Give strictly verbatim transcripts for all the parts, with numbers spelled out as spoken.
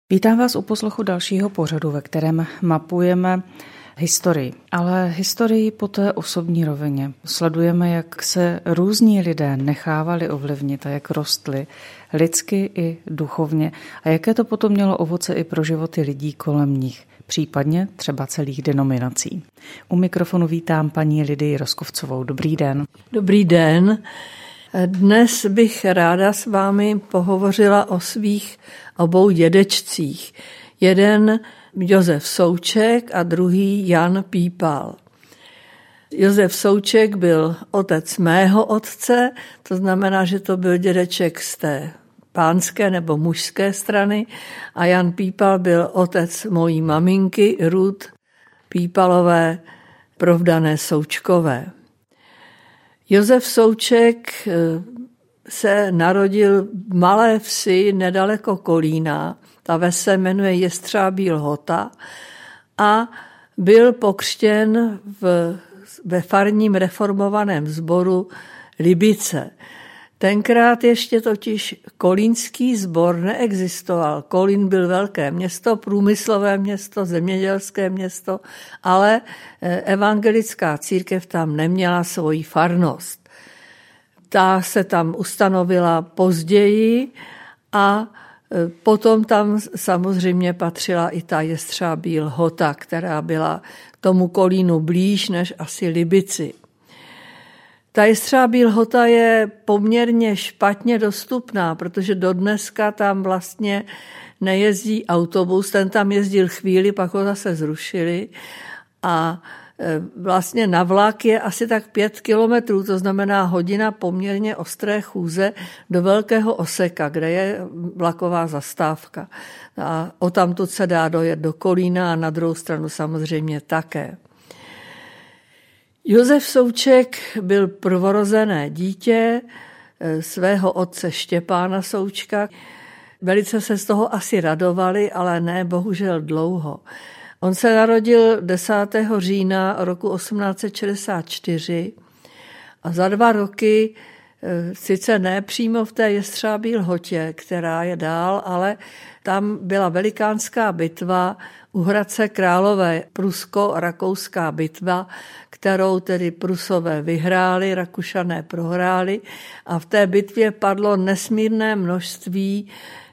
Vítám vás u poslechu dalšího pořadu, ve kterém mapujeme historii, ale historii po té osobní rovině. Sledujeme, jak se různí lidé nechávali ovlivnit a jak rostli lidsky i duchovně a jaké to potom mělo ovoce i pro životy lidí kolem nich, případně třeba celých denominací. U mikrofonu vítám paní Lidii Roskovcovou. Dobrý den. Dobrý den. Dnes bych ráda s vámi pohovořila o svých obou dědečcích. Jeden Josef Souček a druhý Jan Pípal. Josef Souček byl otec mého otce, to znamená, že to byl dědeček z té pánské nebo mužské strany, a Jan Pípal byl otec mojí maminky Ruth Pípalové, provdané Součkové. Josef Souček se narodil v malé vsi nedaleko Kolína, ta ves se jmenuje Jestřábí Lhota, a byl pokřtěn v, ve farním reformovaném sboru Libice. Tenkrát ještě totiž kolínský sbor neexistoval. Kolín byl velké město, průmyslové město, zemědělské město, ale evangelická církev tam neměla svoji farnost. Ta se tam ustanovila později a potom tam samozřejmě patřila i ta Jestřábí Lhota, která byla tomu Kolínu blíž než asi Libici. Ta Jestřábí Lhota je poměrně špatně dostupná, protože dodneska tam vlastně nejezdí autobus, ten tam jezdil chvíli, pak ho zase zrušili a vlastně na vlak je asi tak pět kilometrů, to znamená hodina poměrně ostré chůze do Velkého Oseka, kde je vlaková zastávka. A odtamtud se dá dojet do Kolína a na druhou stranu samozřejmě také. Josef Souček byl prvorozené dítě svého otce Štěpána Součka. Velice se z toho asi radovali, ale ne bohužel dlouho. On se narodil desátého října roku osmnáct set šedesát čtyři a za dva roky, sice ne přímo v té Jestřábí Lhotě, která je dál, ale tam byla velikánská bitva u Hradce Králové, prusko-rakouská bitva, kterou tedy Prusové vyhráli, Rakušané prohráli, a v té bitvě padlo nesmírné množství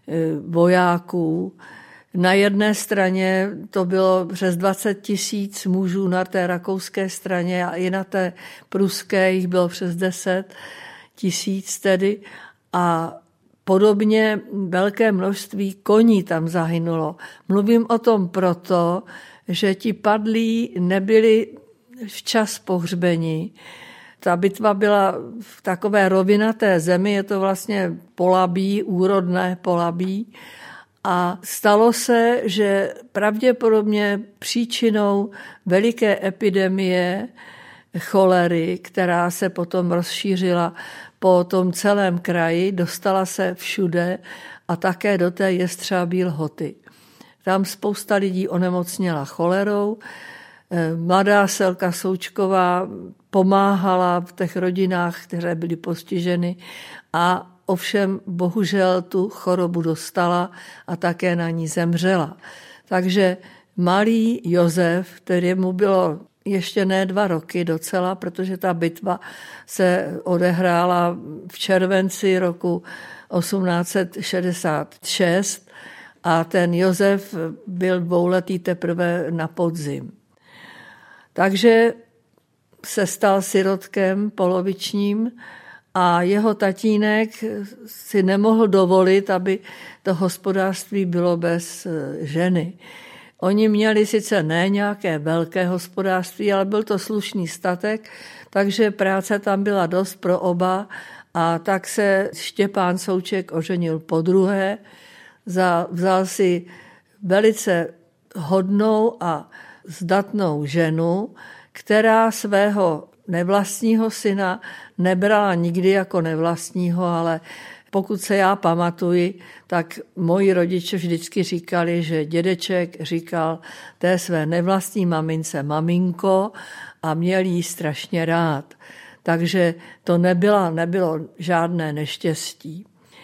vojáků. Na jedné straně to bylo přes dvacet tisíc mužů na té rakouské straně a i na té pruské jich bylo přes deset tisíc tedy, a podobně velké množství koní tam zahynulo. Mluvím o tom proto, že ti padlí nebyli včas pohřbeni. Ta bitva byla v takové rovinaté zemi, je to vlastně polabí, úrodné polabí. A stalo se, že pravděpodobně příčinou veliké epidemie cholery, která se potom rozšířila po tom celém kraji, dostala se všude a také do té Jestřábí Lhoty. Tam spousta lidí onemocněla cholerou. Mladá Selka Součková pomáhala v těch rodinách, které byly postiženy, a ovšem bohužel tu chorobu dostala a také na ní zemřela. Takže malý Josef, kterému bylo ještě ne dva roky docela, protože ta bitva se odehrála v červenci roku osmnáct set šedesát šest a ten Josef byl dvouletý teprve na podzim. Takže se stal sirotkem polovičním a jeho tatínek si nemohl dovolit, aby to hospodářství bylo bez ženy. Oni měli sice ne nějaké velké hospodářství, ale byl to slušný statek, takže práce tam byla dost pro oba, a tak se Štěpán Souček oženil podruhé, vzal si velice hodnou a zdatnou ženu, která svého nevlastního syna nebrala nikdy jako nevlastního, ale pokud se já pamatuji, tak moji rodiče vždycky říkali, že dědeček říkal té své nevlastní mamince maminko a měl jí strašně rád. Takže to nebyla, nebylo žádné neštěstí.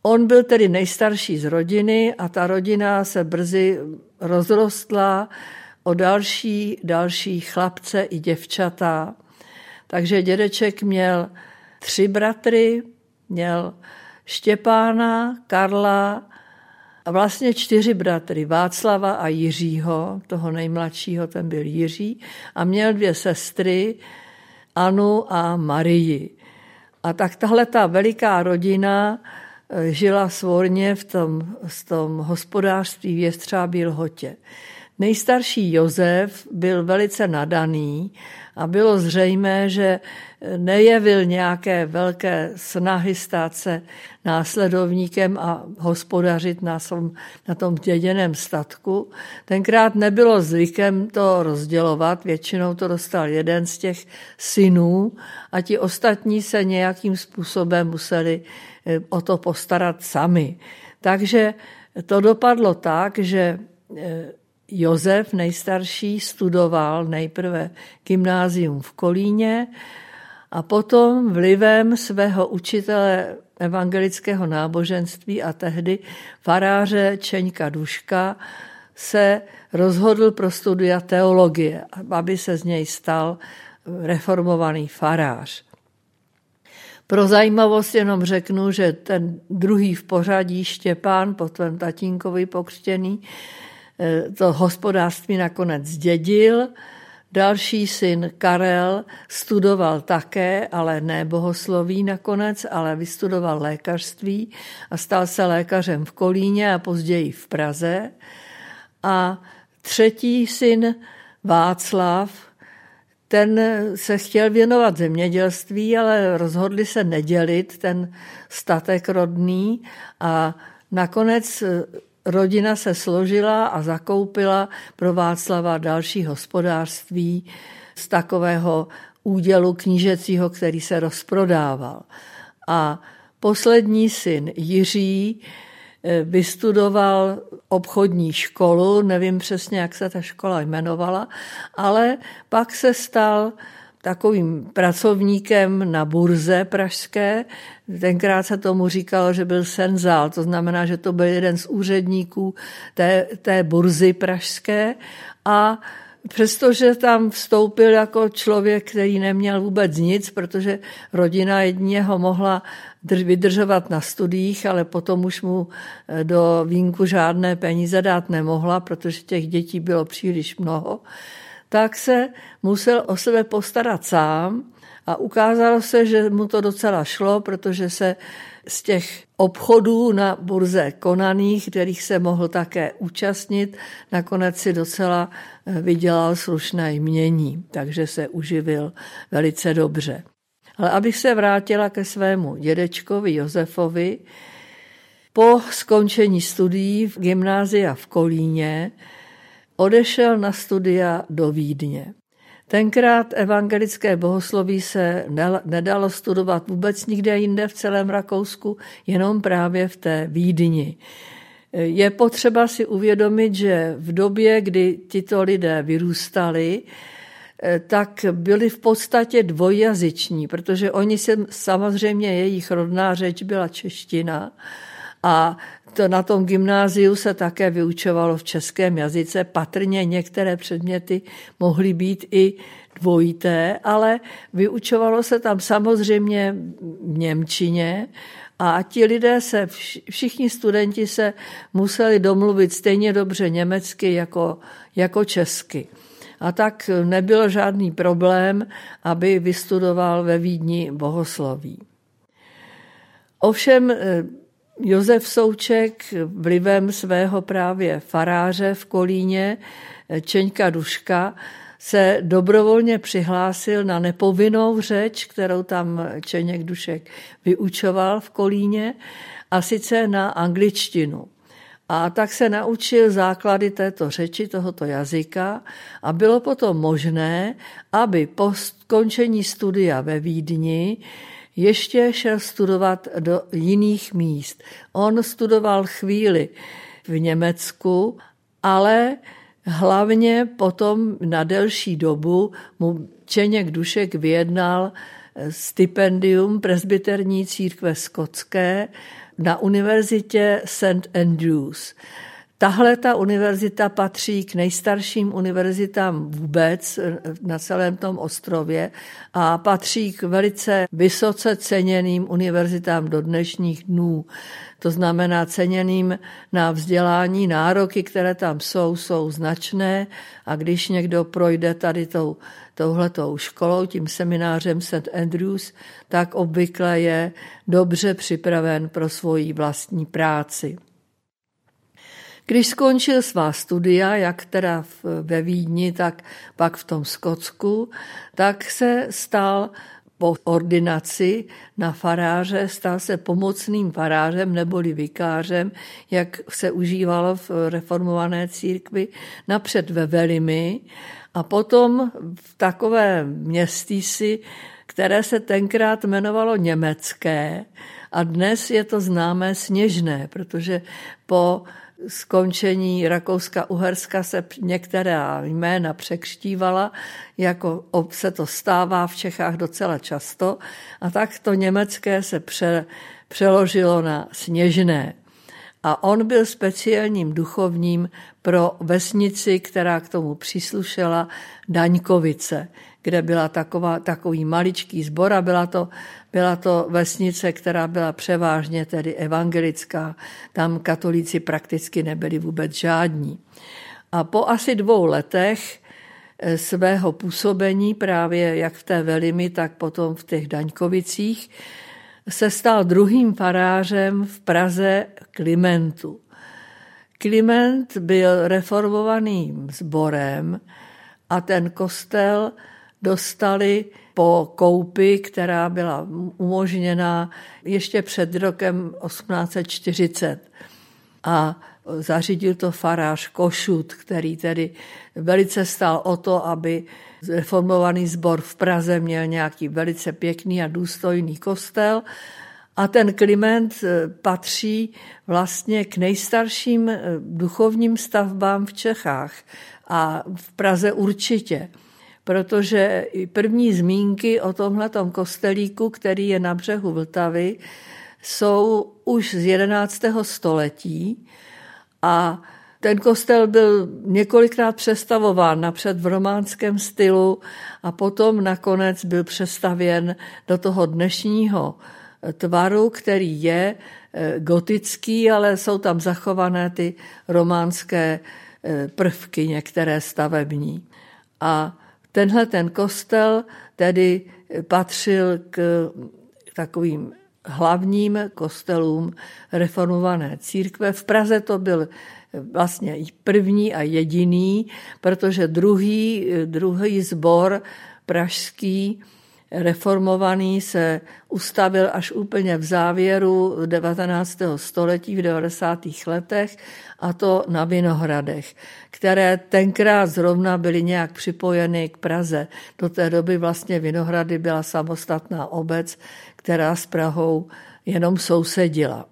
On byl tedy nejstarší z rodiny a ta rodina se brzy rozrostla o další, další chlapce i děvčata. Takže dědeček měl tři bratry, měl Štěpána, Karla a vlastně čtyři bratry, Václava a Jiřího, toho nejmladšího, ten byl Jiří, a měl dvě sestry, Anu a Marii. A tak tahle ta veliká rodina žila svorně v tom, v tom hospodářství v Jestřábí Lhotě. Nejstarší Josef byl velice nadaný a bylo zřejmé, že nejevil nějaké velké snahy stát se následovníkem a hospodařit na, som, na tom děděném statku. Tenkrát nebylo zvykem to rozdělovat, většinou to dostal jeden z těch synů a ti ostatní se nějakým způsobem museli o to postarat sami. Takže to dopadlo tak, že Josef nejstarší studoval nejprve gymnázium v Kolíně a potom vlivem svého učitele evangelického náboženství a tehdy faráře Čeňka Duška se rozhodl pro studia teologie, aby se z něj stal reformovaný farář. Pro zajímavost jenom řeknu, že ten druhý v pořadí Štěpán, po tvém tatínkovi pokřtěný, to hospodářství nakonec zdědil. Další syn Karel studoval také, ale ne bohosloví nakonec, ale vystudoval lékařství a stal se lékařem v Kolíně a později v Praze. A třetí syn Václav, ten se chtěl věnovat zemědělství, ale rozhodli se nedělit ten statek rodný a nakonec rodina se složila a zakoupila pro Václava další hospodářství z takového údělu knížecího, který se rozprodával. A poslední syn Jiří vystudoval obchodní školu, nevím přesně, jak se ta škola jmenovala, ale pak se stal takovým pracovníkem na burze pražské. Tenkrát se tomu říkalo, že byl senzál, to znamená, že to byl jeden z úředníků té, té burzy pražské a přestože tam vstoupil jako člověk, který neměl vůbec nic, protože rodina jedině ho mohla vydržovat na studiích, ale potom už mu do vínku žádné peníze dát nemohla, protože těch dětí bylo příliš mnoho, tak se musel o sebe postarat sám a ukázalo se, že mu to docela šlo, protože se z těch obchodů na burze konaných, kterých se mohl také účastnit, nakonec si docela vydělal slušné jmění, takže se uživil velice dobře. Ale abych se vrátila ke svému dědečkovi Josefovi, po skončení studií v gymnázia v Kolíně odešel na studia do Vídně. Tenkrát evangelické bohosloví se nedalo studovat vůbec nikde jinde v celém Rakousku, jenom právě v té Vídni. Je potřeba si uvědomit, že v době, kdy tito lidé vyrůstali, tak byli v podstatě dvojjazyční, protože oni se, samozřejmě jejich rodná řeč byla čeština a to na tom gymnáziu se také vyučovalo v českém jazyce. Patrně některé předměty mohly být i dvojité, ale vyučovalo se tam samozřejmě v němčině a ti lidé se, všichni studenti se museli domluvit stejně dobře německy jako, jako česky. A tak nebyl žádný problém, aby vystudoval ve Vídni bohosloví. Ovšem Josef Souček vlivem svého právě faráře v Kolíně, Čeňka Duška, se dobrovolně přihlásil na nepovinnou řeč, kterou tam Čeněk Dušek vyučoval v Kolíně, a sice na angličtinu. A tak se naučil základy této řeči, tohoto jazyka a bylo potom možné, aby po skončení studia ve Vídni ještě šel studovat do jiných míst. On studoval chvíli v Německu, ale hlavně potom na delší dobu mu Čeněk Dušek vyjednal stipendium presbyterní církve skotské na univerzitě Saint Andrews. Tahle ta univerzita patří k nejstarším univerzitám vůbec na celém tom ostrově a patří k velice vysoce ceněným univerzitám do dnešních dnů. To znamená ceněným na vzdělání, nároky, které tam jsou, jsou značné a když někdo projde tady tou, touhletou školou, tím seminářem Saint Andrews, tak obvykle je dobře připraven pro svoji vlastní práci. Když skončil svá studia, jak teda ve Vídni, tak pak v tom Skotsku, tak se stal po ordinaci na faráře, stal se pomocným farářem neboli vikářem, jak se užívalo v reformované církvi, napřed ve Velimi a potom v takové městýsi, které se tenkrát jmenovalo Německé a dnes je to známé Sněžné, protože po skončení Rakouska-Uherska se některá jména překřtívala, jako se to stává v Čechách docela často, a tak to německé se pře, přeložilo na Sněžné. A on byl speciálním duchovním pro vesnici, která k tomu příslušela, Daňkovice, kde byla taková, takový maličký sbor a byla to, byla to vesnice, která byla převážně tedy evangelická. Tam katolíci prakticky nebyli vůbec žádní. A po asi dvou letech svého působení právě jak v té Velimi, tak potom v těch Daňkovicích se stal druhým farářem v Praze Klimentu. Kliment byl reformovaným sborem a ten kostel dostali po koupi, která byla umožněna ještě před rokem osmnáct set čtyřicet. A zařídil to farář Košut, který tedy velice stál o to, aby reformovaný sbor v Praze měl nějaký velice pěkný a důstojný kostel. A ten Kliment patří vlastně k nejstarším duchovním stavbám v Čechách a v Praze určitě. Protože první zmínky o tomhletom kostelíku, který je na břehu Vltavy, jsou už z jedenáctého století a ten kostel byl několikrát přestavován, napřed v románském stylu a potom nakonec byl přestavěn do toho dnešního tvaru, který je gotický, ale jsou tam zachované ty románské prvky, některé stavební. A tenhle ten kostel tedy patřil k takovým hlavním kostelům reformované církve. V Praze to byl vlastně první a jediný, protože druhý, druhý sbor pražský reformovaný se ustavil až úplně v závěru devatenáctého století, v devadesátých letech, a to na Vinohradech, které tenkrát zrovna byly nějak připojeny k Praze. Do té doby vlastně Vinohrady byla samostatná obec, která s Prahou jenom sousedila.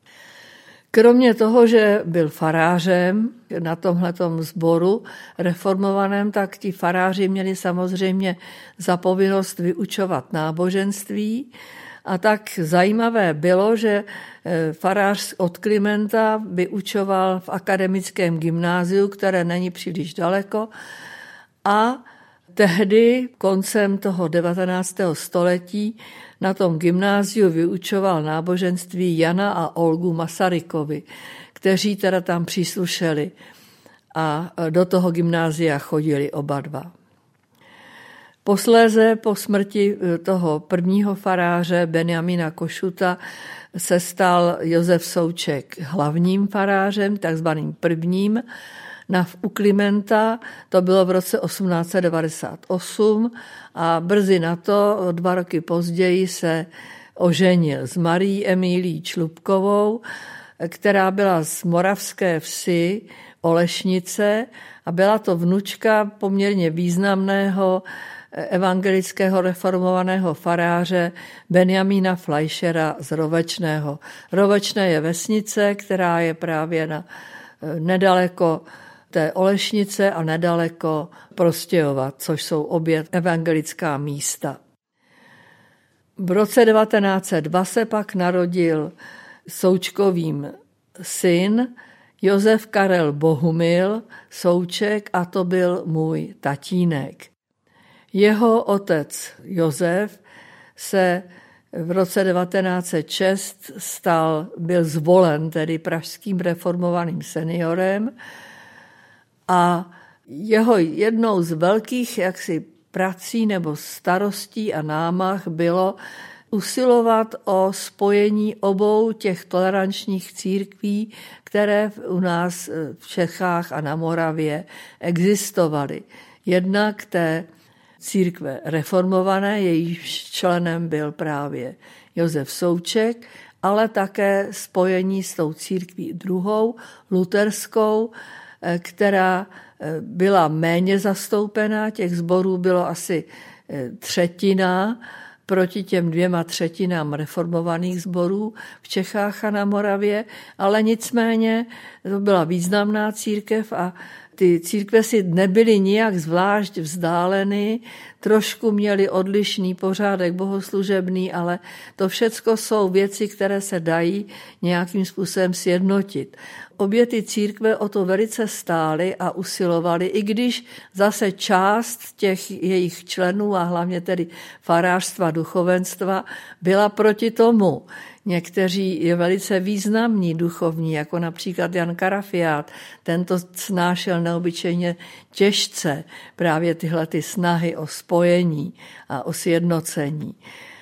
Kromě toho, že byl farářem na tomhletom sboru reformovaném, tak ti faráři měli samozřejmě za povinnost vyučovat náboženství. A tak zajímavé bylo, že farář od Klimenta vyučoval v akademickém gymnáziu, které není příliš daleko, a tehdy koncem toho devatenáctého století na tom gymnáziu vyučoval náboženství Jana a Olgu Masarykovi, kteří teda tam příslušeli a do toho gymnázia chodili oba dva. Posléze po smrti toho prvního faráře Benjamina Košuta se stal Josef Souček hlavním farářem, takzvaným prvním, na u Klimenta, to bylo v roce osmnáct set devadesát osm a brzy na to, dva roky později, se oženil s Marií Emílií Člupkovou, která byla z moravské vsi Olešnice a byla to vnučka poměrně významného evangelického reformovaného faráře Benjamína Fleischera z Rovečného. Rovečné je vesnice, která je právě na nedaleko té Olešnice a nedaleko Prostějova, což jsou obě evangelická místa. V roce devatenáct set dva se pak narodil Součkovým syn Josef Karel Bohumil Souček a to byl můj tatínek. Jeho otec Josef se v roce devatenáct set šest stal, byl zvolen tedy pražským reformovaným seniorem a jeho jednou z velkých jaksi prací nebo starostí a námah bylo usilovat o spojení obou těch tolerančních církví, které u nás v Čechách a na Moravě existovaly. Jednak té církve reformované, jejíž členem byl právě Josef Souček, ale také spojení s tou církví druhou, luterskou, která byla méně zastoupená, těch sborů bylo asi třetina proti těm dvěma třetinám reformovaných sborů v Čechách a na Moravě, ale nicméně to byla významná církev a ty církve si nebyly nijak zvlášť vzdáleny, trošku měly odlišný pořádek bohoslužebný, ale to všecko jsou věci, které se dají nějakým způsobem sjednotit. Obě ty církve o to velice stály a usilovaly, i když zase část těch jejich členů a hlavně tedy farářstva, duchovenstva byla proti tomu. Někteří je velice významní duchovní, jako například Jan Karafiát. Tento snášel neobyčejně těžce právě tyhle ty snahy o spojení a o sjednocení.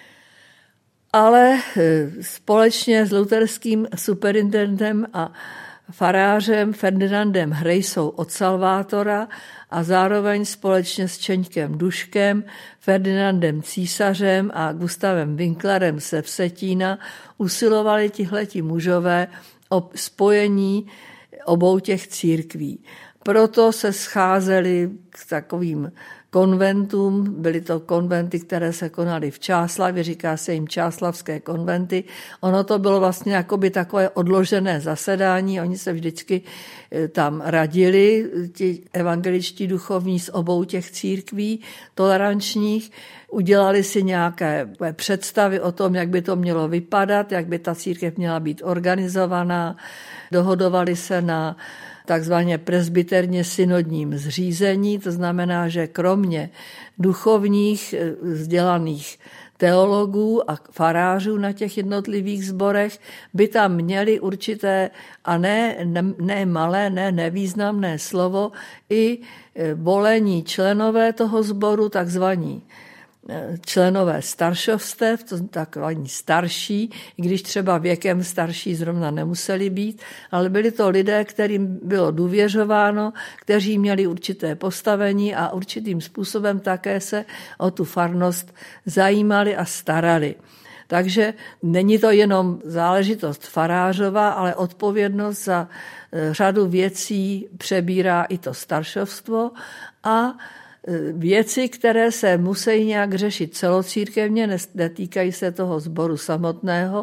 Ale společně s luterským superintendentem a farářem Ferdinandem Hrejsou od Salvátora a zároveň společně s Čeňkem Duškem, Ferdinandem Císařem a Gustavem Winklerem ze Vsetína usilovali tihleti mužové o spojení obou těch církví. Proto se scházeli k takovým konventům, byly to konventy, které se konaly v Čáslavě, říká se jim čáslavské konventy. Ono to bylo vlastně jakoby takové odložené zasedání, oni se vždycky tam radili, ti evangeličtí duchovní z obou těch církví tolerančních, udělali si nějaké představy o tom, jak by to mělo vypadat, jak by ta církev měla být organizovaná, dohodovali se na takzvaně presbyterně synodním zřízení, to znamená, že kromě duchovních vzdělaných teologů a farářů na těch jednotlivých sborech by tam měli určité a ne, ne, ne malé, ne nevýznamné slovo i volení členové toho sboru, takzvaní členové staršovstev, to takový starší, i když třeba věkem starší zrovna nemuseli být, ale byli to lidé, kterým bylo důvěřováno, kteří měli určité postavení a určitým způsobem také se o tu farnost zajímali a starali. Takže není to jenom záležitost farářová, ale odpovědnost za řadu věcí přebírá i to staršovstvo a věci, které se musí nějak řešit celocírkevně, netýkají se toho sboru samotného,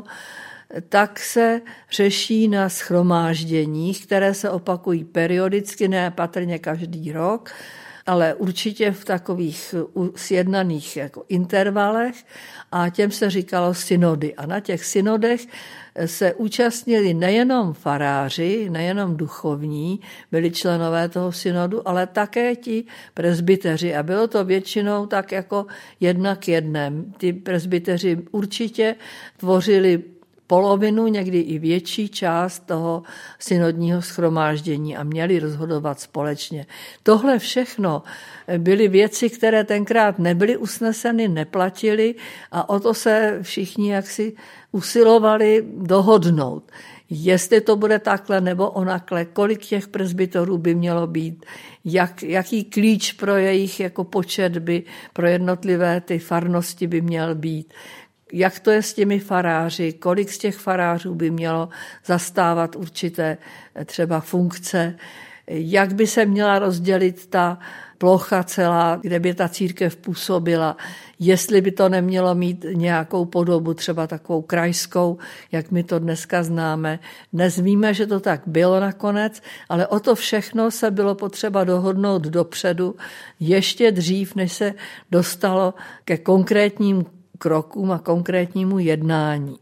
tak se řeší na shromážděních, které se opakují periodicky, ne patrně každý rok, ale určitě v takových sjednaných jako intervalech a těm se říkalo synody. A na těch synodech se účastnili nejenom faráři, nejenom duchovní, byli členové toho synodu, ale také ti presbyteři. A bylo to většinou tak jako jedna k jednem. Ty presbyteři určitě tvořili polovinu, někdy i větší část toho synodního shromáždění a měli rozhodovat společně. Tohle všechno byly věci, které tenkrát nebyly usneseny, neplatily a o to se všichni jaksi usilovali dohodnout. Jestli to bude takhle nebo onakle, kolik těch presbytorů by mělo být, jak, jaký klíč pro jejich jako počet by pro jednotlivé ty farnosti by měl být, jak to je s těmi faráři, kolik z těch farářů by mělo zastávat určité třeba funkce, jak by se měla rozdělit ta plocha celá, kde by ta církev působila, jestli by to nemělo mít nějakou podobu, třeba takovou krajskou, jak my to dneska známe. Dnes víme, že to tak bylo nakonec, ale o to všechno se bylo potřeba dohodnout dopředu, ještě dřív, než se dostalo ke konkrétním krokům a konkrétnímu jednání.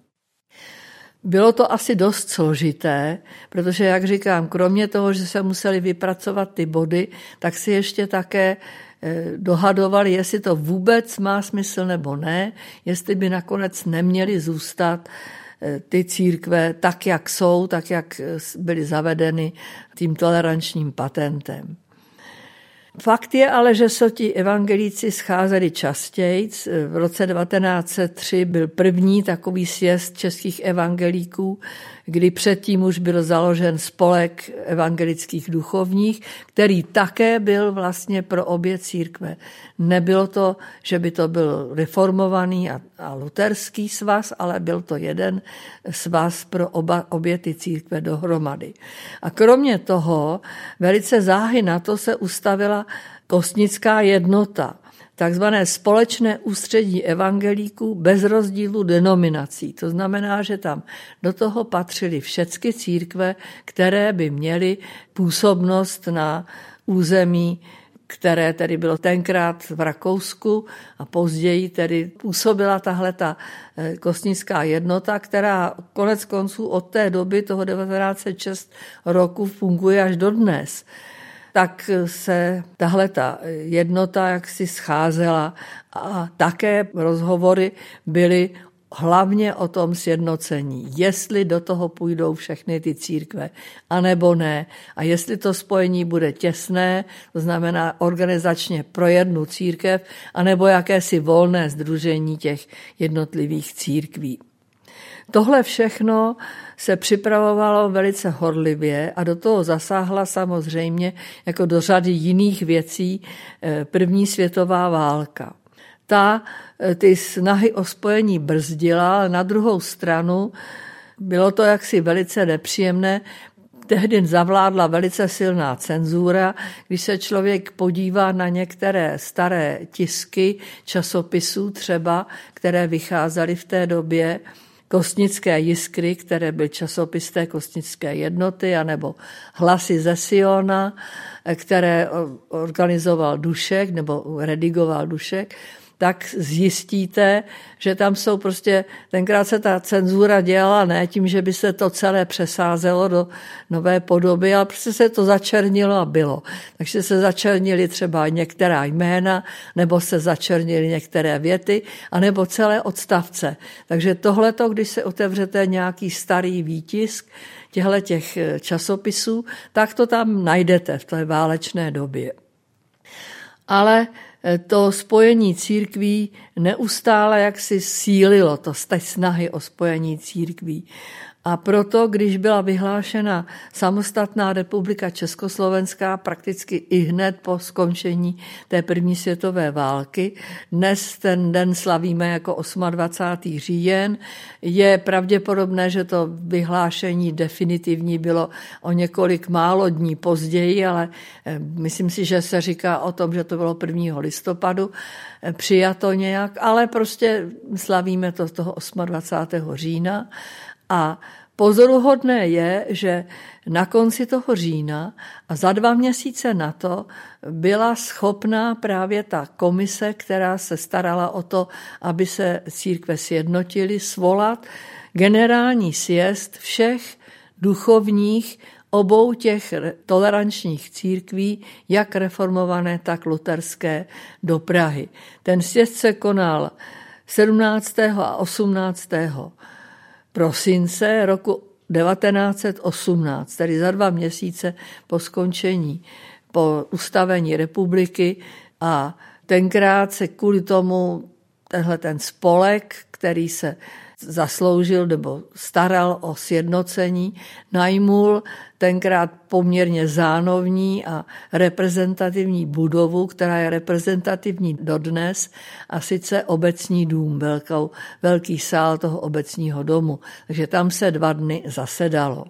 Bylo to asi dost složité, protože, jak říkám, kromě toho, že se museli vypracovat ty body, tak si ještě také dohadovali, jestli to vůbec má smysl nebo ne, jestli by nakonec neměly zůstat ty církve tak, jak jsou, tak, jak byly zavedeny tím tolerančním patentem. Fakt je ale, že se ti evangelíci scházeli častěji. V roce devatenáct set tři byl první takový sjezd českých evangelíků, kdy předtím už byl založen spolek evangelických duchovních, který také byl vlastně pro obě církve. Nebylo to, že by to byl reformovaný a, a luterský svaz, ale byl to jeden svaz pro oba, obě ty církve dohromady. A kromě toho velice záhy na to se ustavila kostnická jednota, takzvané společné ústředí evangelíků bez rozdílu denominací. To znamená, že tam do toho patřily všechny církve, které by měly působnost na území, které tedy bylo tenkrát v Rakousku a později tedy působila tahle ta kostnická jednota, která konec konců od té doby toho devatenáct set šest roku funguje až dodnes. Tak se tahle ta jednota jaksi scházela a také rozhovory byly hlavně o tom sjednocení, jestli do toho půjdou všechny ty církve, anebo ne. A jestli to spojení bude těsné, to znamená organizačně pro jednu církev, anebo jakési volné sdružení těch jednotlivých církví. Tohle všechno se připravovalo velice horlivě a do toho zasáhla samozřejmě jako do řady jiných věcí první světová válka. Ta ty snahy o spojení brzdila, ale na druhou stranu bylo to jaksi velice nepříjemné. Tehdy zavládla velice silná cenzura. Když se člověk podívá na některé staré tisky časopisů třeba, které vycházely v té době, Kostnické jiskry, které byl časopis té kostnické jednoty, anebo Hlasy ze Siona, které organizoval Dušek nebo redigoval Dušek, tak zjistíte, že tam jsou prostě, tenkrát se ta cenzura dělala ne tím, že by se to celé přesázelo do nové podoby, ale prostě se to začernilo a bylo. Takže se začernily třeba některá jména, nebo se začernily některé věty, anebo celé odstavce. Takže tohleto, když se otevřete nějaký starý výtisk těchto těch časopisů, tak to tam najdete v té válečné době. Ale to spojení církví neustále jaksi sílilo, to z té snahy o spojení církví. A proto, když byla vyhlášena samostatná republika Československá prakticky i hned po skončení té první světové války, dnes ten den slavíme jako dvacátého osmého říjen, je pravděpodobné, že to vyhlášení definitivní bylo o několik málo dní později, ale myslím si, že se říká o tom, že to bylo prvního listopadu, přijato nějak, ale prostě slavíme to z toho dvacátého osmého října. A pozoruhodné je, že na konci toho října a za dva měsíce na to byla schopná právě ta komise, která se starala o to, aby se církve sjednotily, svolat generální sjezd všech duchovních obou těch tolerančních církví, jak reformované, tak luterské, do Prahy. Ten sjezd se konal sedmnáctého a osmnáctého prosince roku devatenáct set osmnáct, tedy za dva měsíce po skončení, po ustavení republiky, a tenkrát se kvůli tomu tenhle ten spolek, který se zasloužil nebo staral o sjednocení, najmul tenkrát poměrně zánovní a reprezentativní budovu, která je reprezentativní dodnes, a sice obecní dům, velkou, velký sál toho obecního domu. Takže tam se dva dny zasedalo.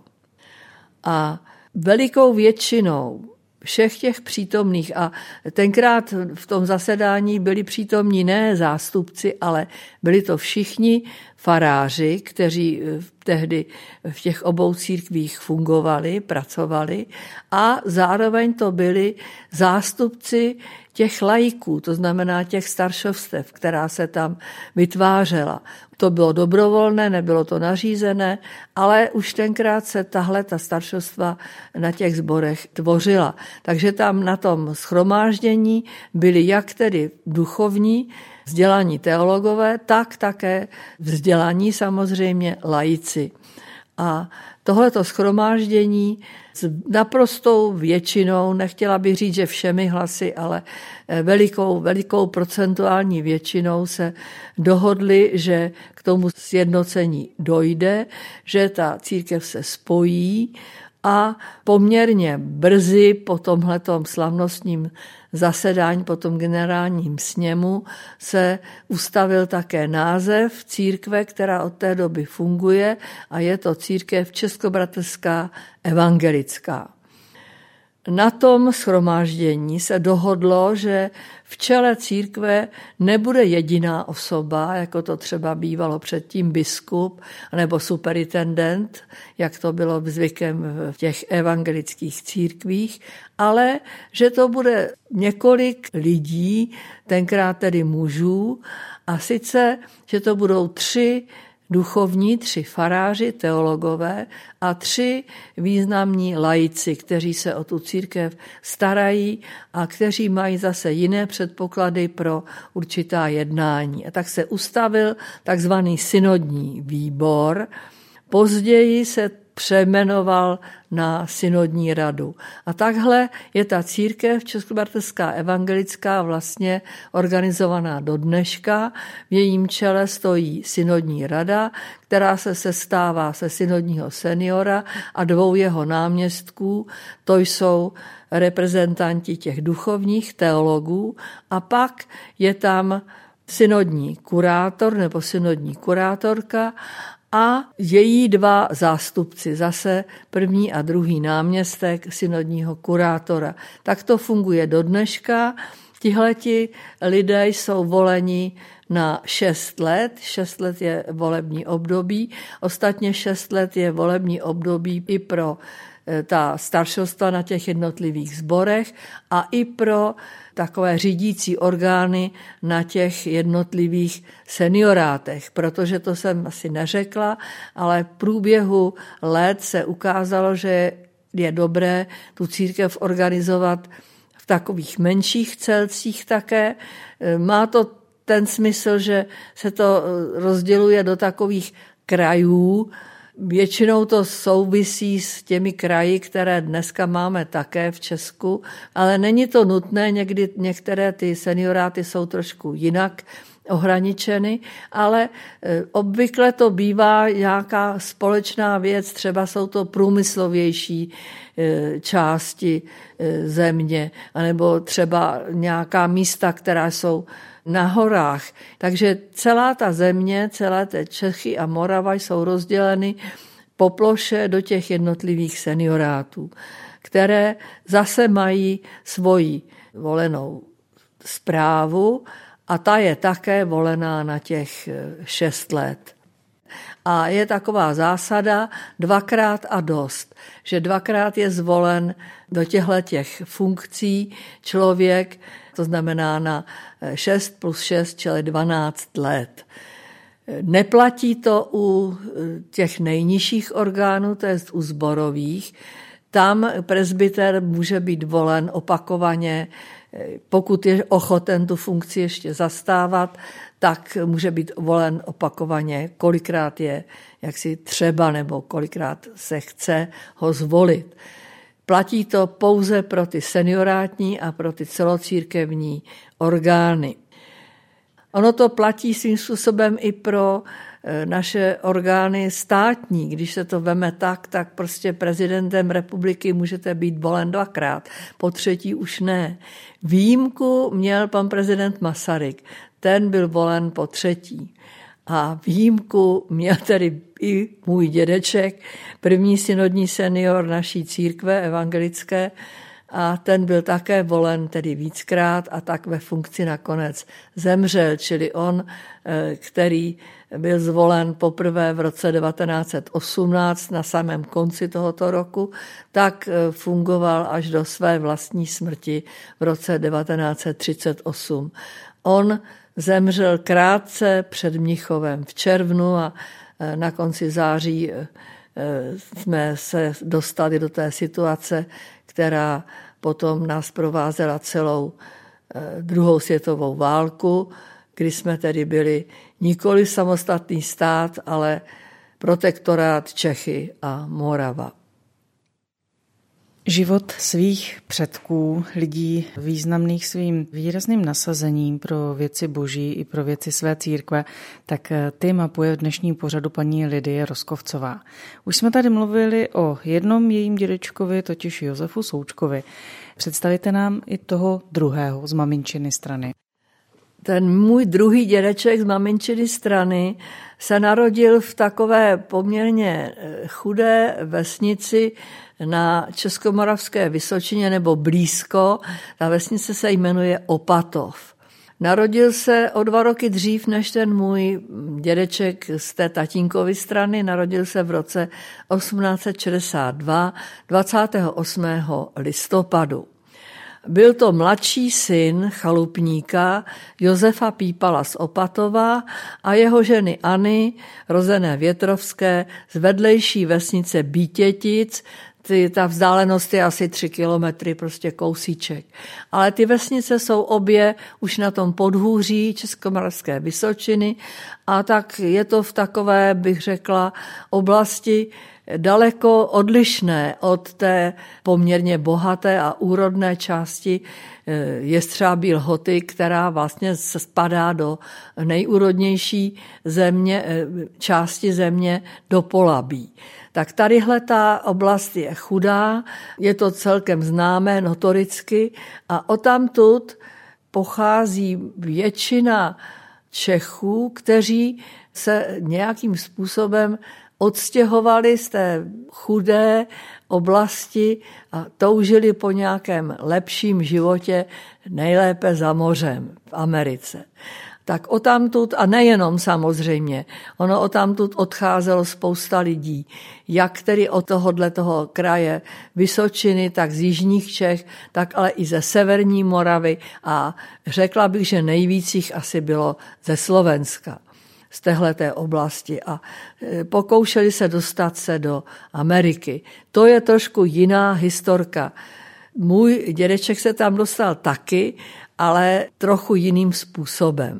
A velikou většinou všech těch přítomných, a tenkrát v tom zasedání byli přítomní ne zástupci, ale byli to všichni faráři, kteří tehdy v těch obou církvích fungovali, pracovali a zároveň to byli zástupci těch laiků, to znamená těch staršovstev, která se tam vytvářela. To bylo dobrovolné, nebylo to nařízené, ale už tenkrát se tahle ta staršovstva na těch sborech tvořila. Takže tam na tom shromáždění byli jak tedy duchovní, vzdělaní teologové, tak také vzdělaní samozřejmě laici. A tohleto shromáždění s naprostou většinou, nechtěla bych říct, že všemi hlasy, ale velikou, velikou procentuální většinou se dohodli, že k tomu sjednocení dojde, že ta církev se spojí a poměrně brzy po tomhletom slavnostním zasedání, po tom generálním sněmu se ustavil také název církve, která od té doby funguje a je to církev Českobratrská evangelická. Na tom shromáždění se dohodlo, že v čele církve nebude jediná osoba, jako to třeba bývalo předtím biskup nebo superintendent, jak to bylo zvykem v těch evangelických církvích, ale že to bude několik lidí, tenkrát tedy mužů, a sice, že to budou tři duchovní, tři faráři, teologové a tři významní laici, kteří se o tu církev starají a kteří mají zase jiné předpoklady pro určitá jednání. A tak se ustavil takzvaný synodní výbor. Později se přejmenoval na synodní radu. A takhle je ta církev Českobratrská evangelická vlastně organizovaná do dneška. V jejím čele stojí synodní rada, která se sestává se synodního seniora a dvou jeho náměstků. To jsou reprezentanti těch duchovních teologů a pak je tam synodní kurátor nebo synodní kurátorka a její dva zástupci, zase první a druhý náměstek synodního kurátora. Tak to funguje do dneška. Tihleti lidé jsou voleni na šest let. Šest let je volební období. Ostatně šest let je volební období i pro ta staršostva na těch jednotlivých sborech a i pro takové řídící orgány na těch jednotlivých seniorátech, protože to jsem asi neřekla, ale v průběhu let se ukázalo, že je dobré tu církev organizovat v takových menších celcích také. Má to ten smysl, že se to rozděluje do takových krajů. Většinou to souvisí s těmi kraji, které dneska máme také v Česku, ale není to nutné, někdy některé ty senioráty jsou trošku jinak ohraničeny, ale obvykle to bývá nějaká společná věc, třeba jsou to průmyslovější části země, anebo třeba nějaká místa, která jsou na horách. Takže celá ta země, celé ty Čechy a Morava jsou rozděleny po ploše do těch jednotlivých seniorátů, které zase mají svoji volenou správu a ta je také volená na těch šest let. A je taková zásada dvakrát a dost, že dvakrát je zvolen do těchto těch funkcí člověk, to znamená na šest plus šest, čili dvanáct let. Neplatí to u těch nejnižších orgánů, to je u sborových. Tam presbyter může být volen opakovaně, pokud je ochoten tu funkci ještě zastávat, tak může být volen opakovaně, kolikrát je jaksi třeba nebo kolikrát se chce ho zvolit. Platí to pouze pro ty seniorátní a pro ty celocírkevní orgány. Ono to platí svým způsobem i pro naše orgány státní. Když se to veme tak, tak prostě prezidentem republiky můžete být volen dvakrát, po třetí už ne. Výjimku měl pan prezident Masaryk, ten byl volen po třetí. A výjimku měl tedy i můj dědeček, první synodní senior naší církve evangelické, a ten byl také volen tedy víckrát a tak ve funkci nakonec zemřel, čili on, který byl zvolen poprvé v roce devatenáct set osmnáct na samém konci tohoto roku, tak fungoval až do své vlastní smrti v roce devatenáct set třicet osm. On zemřel krátce před Mnichovem v červnu a na konci září jsme se dostali do té situace, která potom nás provázela celou druhou světovou válku, kdy jsme tedy byli nikoli samostatný stát, ale protektorát Čechy a Morava. Život svých předků, lidí významných svým výrazným nasazením pro věci boží i pro věci své církve, tak ty mapuje v dnešním pořadu paní Lidie Roskovcová. Už jsme tady mluvili o jednom jejím dědečkovi, totiž Josefu Součkovi. Představíte nám i toho druhého z maminčiny strany. Ten můj druhý dědeček z maminčiny strany se narodil v takové poměrně chudé vesnici na Českomoravské Vysočině nebo blízko. Ta vesnice se jmenuje Opatov. Narodil se o dva roky dřív než ten můj dědeček z té tatínkovy strany. Narodil se v roce osmnáct set šedesát dva, dvacátého osmého listopadu. Byl to mladší syn chalupníka Josefa Pípala z Opatova a jeho ženy Anny, rozené Větrovské, z vedlejší vesnice Bítětic. Ty, ta vzdálenost je asi tři kilometry, prostě kousíček. Ale ty vesnice jsou obě už na tom podhůří Českomoravské Vysočiny a tak je to v takové, bych řekla, oblasti daleko odlišné od té poměrně bohaté a úrodné části Jestřábí Lhoty, která vlastně spadá do nejúrodnější země, části země do Polabí. Tak tadyhle ta oblast je chudá, je to celkem známé notoricky a odtamtud pochází většina Čechů, kteří se nějakým způsobem odstěhovali z té chudé oblasti a toužili po nějakém lepším životě, nejlépe za mořem v Americe. Tak odtamtud, a nejenom samozřejmě, ono odtamtud odcházelo spousta lidí, jak tedy od tohohle toho kraje Vysočiny, tak z jižních Čech, tak ale i ze severní Moravy a řekla bych, že nejvíc jich asi bylo ze Slovenska, z téhleté oblasti a pokoušeli se dostat se do Ameriky. To je trošku jiná historka. Můj dědeček se tam dostal taky, ale trochu jiným způsobem.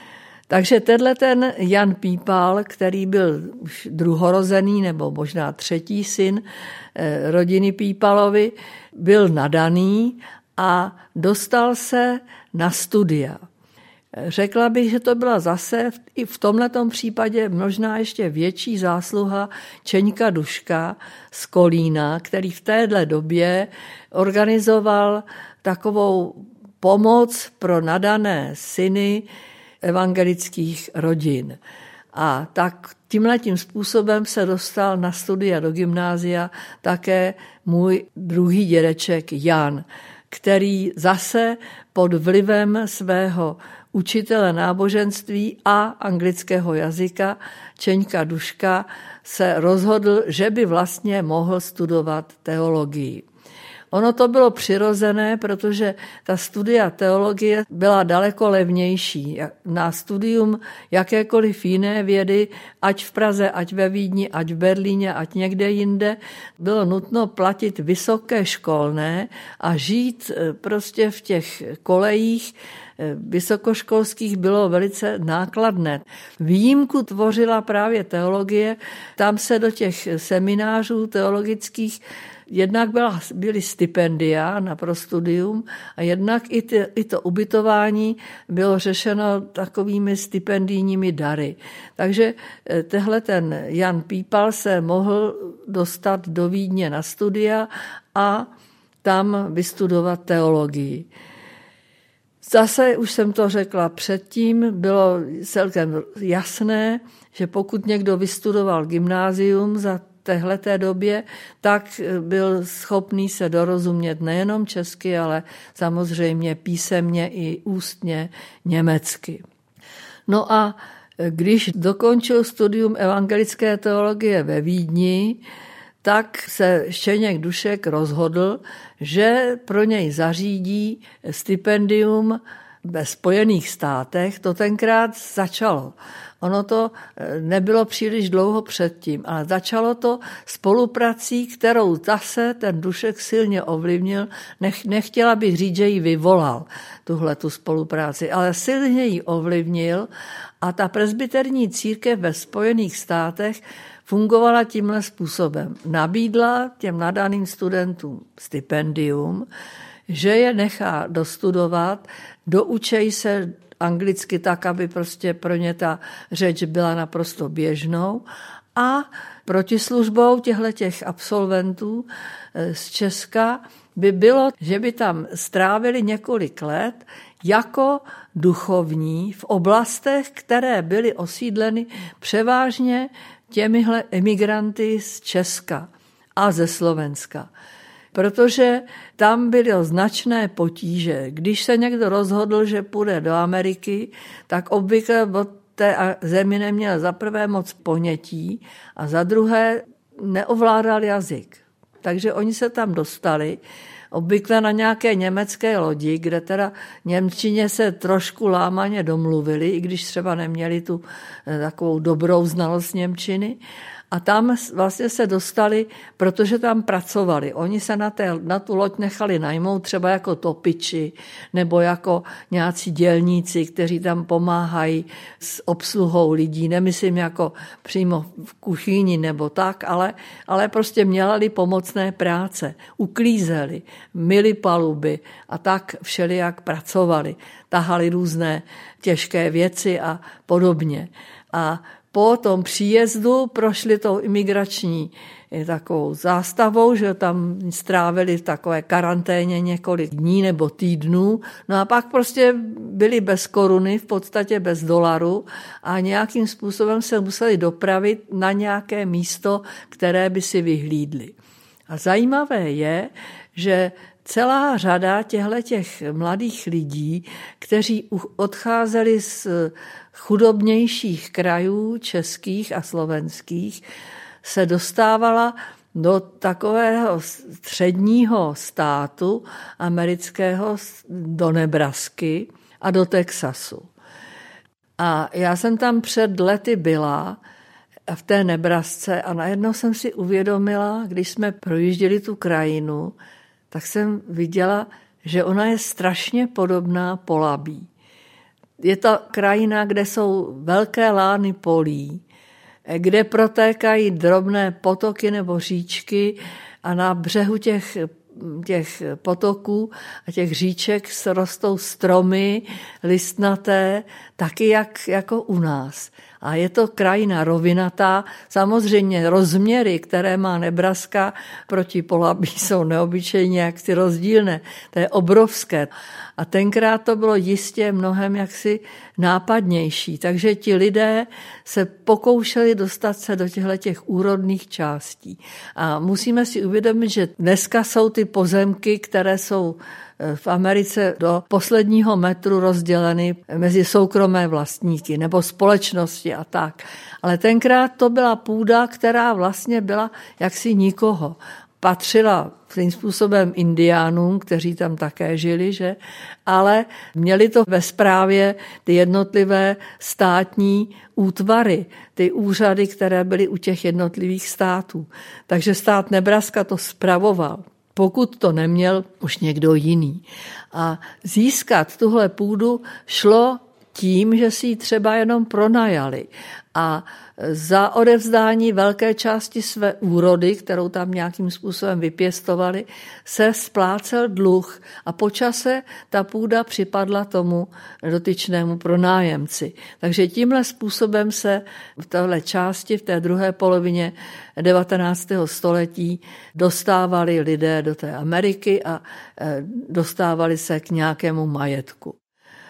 Takže tenhle ten Jan Pípal, který byl už druhorozený nebo možná třetí syn rodiny Pípalovi, byl nadaný a dostal se na studia. Řekla bych, že to byla zase i v tomhletom případě možná ještě větší zásluha Čeňka Duška z Kolína, který v téhle době organizoval takovou pomoc pro nadané syny evangelických rodin. A tak tímhletím způsobem se dostal na studia do gymnázia také můj druhý dědeček Jan, který zase pod vlivem svého učitele náboženství a anglického jazyka Čeňka Duška se rozhodl, že by vlastně mohl studovat teologii. Ono to bylo přirozené, protože ta studia teologie byla daleko levnější. Na studium jakékoliv jiné vědy, ať v Praze, ať ve Vídni, ať v Berlíně, ať někde jinde, bylo nutno platit vysoké školné a žít prostě v těch kolejích vysokoškolských bylo velice nákladné. Výjimku tvořila právě teologie, tam se do těch seminářů teologických jednak byla, byly stipendia na prostudium a jednak i, ty, i to ubytování bylo řešeno takovými stipendijními dary. Takže tehle ten Jan Pípal se mohl dostat do Vídně na studia a tam vystudovat teologii. Zase, už jsem to řekla předtím, bylo celkem jasné, že pokud někdo vystudoval gymnázium za téhleté době, tak byl schopný se dorozumět nejenom česky, ale samozřejmě písemně i ústně německy. No a když dokončil studium evangelické teologie ve Vídni, tak se Štěněk Dušek rozhodl, že pro něj zařídí stipendium ve Spojených státech. To tenkrát začalo. Ono to nebylo příliš dlouho předtím, ale začalo to spoluprací, kterou zase ten Dušek silně ovlivnil. Nech, nechtěla bych říct, že ji vyvolal, tuhle tu spolupráci, ale silně ji ovlivnil a ta presbyterní církev ve Spojených státech fungovala tímhle způsobem. Nabídla těm nadaným studentům stipendium, že je nechá dostudovat, doučej se anglicky tak, aby prostě pro ně ta řeč byla naprosto běžnou a protislužbou těchto absolventů z Česka by bylo, že by tam strávili několik let jako duchovní v oblastech, které byly osídleny převážně těmihle emigranty z Česka a ze Slovenska. Protože tam byly značné potíže. Když se někdo rozhodl, že půjde do Ameriky, tak obvykle od té zemi neměl za prvé moc ponětí a za druhé neovládal jazyk. Takže oni se tam dostali, obvykle na nějaké německé lodi, kde teda němčině se trošku lámaně domluvili, i když třeba neměli tu takovou dobrou znalost němčiny. A tam vlastně se dostali, protože tam pracovali. Oni se na, té, na tu loď nechali najmout třeba jako topiči nebo jako nějací dělníci, kteří tam pomáhají s obsluhou lidí. Nemyslím jako přímo v kuchyni nebo tak, ale, ale prostě měli pomocné práce. Uklízeli, myli paluby a tak všelijak pracovali. Tahali různé těžké věci a podobně. A po tom příjezdu prošli tou imigrační takovou zástavou, že tam strávili v takové karanténě několik dní nebo týdnů. No a pak prostě byli bez koruny, v podstatě bez dolaru a nějakým způsobem se museli dopravit na nějaké místo, které by si vyhlídli. A zajímavé je, že celá řada těchto mladých lidí, kteří odcházeli z chudobnějších krajů českých a slovenských, se dostávala do takového středního státu amerického, do Nebrasky a do Texasu. A já jsem tam před lety byla v té Nebrasce a najednou jsem si uvědomila, když jsme projížděli tu krajinu, tak jsem viděla, že ona je strašně podobná Polabí. Je to krajina, kde jsou velké lány polí, kde protékají drobné potoky nebo říčky a na břehu těch, těch potoků a těch říček rostou stromy listnaté, taky jak, jako u nás. A je to krajina rovinatá. Samozřejmě rozměry, které má Nebraska proti Polabí, jsou neobyčejně jaksi rozdílné. To je obrovské. A tenkrát to bylo jistě mnohem jaksi nápadnější. Takže ti lidé se pokoušeli dostat se do těchto úrodných částí. A musíme si uvědomit, že dneska jsou ty pozemky, které jsou v Americe do posledního metru rozděleny mezi soukromé vlastníky nebo společnosti a tak. Ale tenkrát to byla půda, která vlastně byla jaksi nikoho. Patřila svým způsobem indiánům, kteří tam také žili, že? Ale měli to ve správě ty jednotlivé státní útvary, ty úřady, které byly u těch jednotlivých států. Takže stát Nebraska to spravoval, pokud to neměl už někdo jiný. A získat tuhle půdu šlo tím, že si ji třeba jenom pronajali. A za odevzdání velké části své úrody, kterou tam nějakým způsobem vypěstovali, se splácel dluh a po čase ta půda připadla tomu dotyčnému pronájemci. Takže tímhle způsobem se v téhle části, v té druhé polovině devatenáctého století dostávali lidé do té Ameriky a dostávali se k nějakému majetku.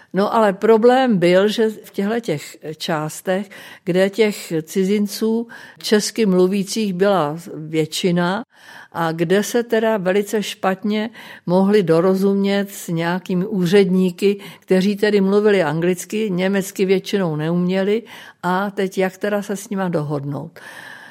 No ale problém byl, že v těchto těch částech, kde těch cizinců česky mluvících byla většina a kde se teda velice špatně mohli dorozumět s nějakými úředníky, kteří tedy mluvili anglicky, německy většinou neuměli a teď jak teda se s nima dohodnout.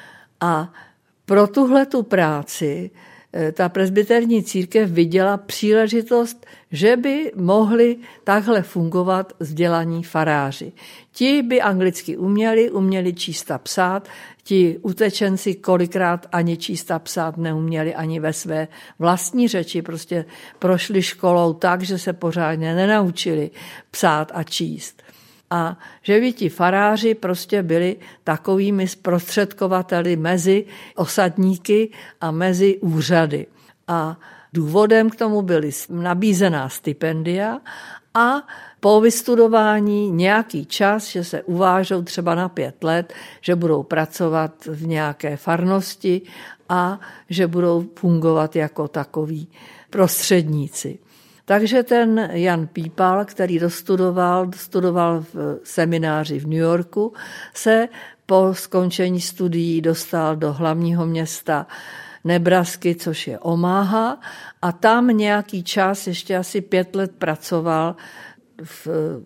A pro tuhletu práci ta presbyterní církev viděla příležitost, že by mohli takhle fungovat vzdělaní faráři. Ti by anglicky uměli, uměli číst a psát, ti utečenci kolikrát ani číst a psát neuměli ani ve své vlastní řeči, prostě prošli školou tak, že se pořádně nenaučili psát a číst. A že by ti faráři prostě byli takovými zprostředkovateli mezi osadníky a mezi úřady. A důvodem k tomu byly nabízená stipendia a po vystudování nějaký čas, že se uvážou třeba na pět let, že budou pracovat v nějaké farnosti a že budou fungovat jako takoví prostředníci. Takže ten Jan Pípal, který dostudoval, dostudoval v semináři v New Yorku, se po skončení studií dostal do hlavního města Nebrasky, což je Omaha, a tam nějaký čas, ještě asi pět let pracoval v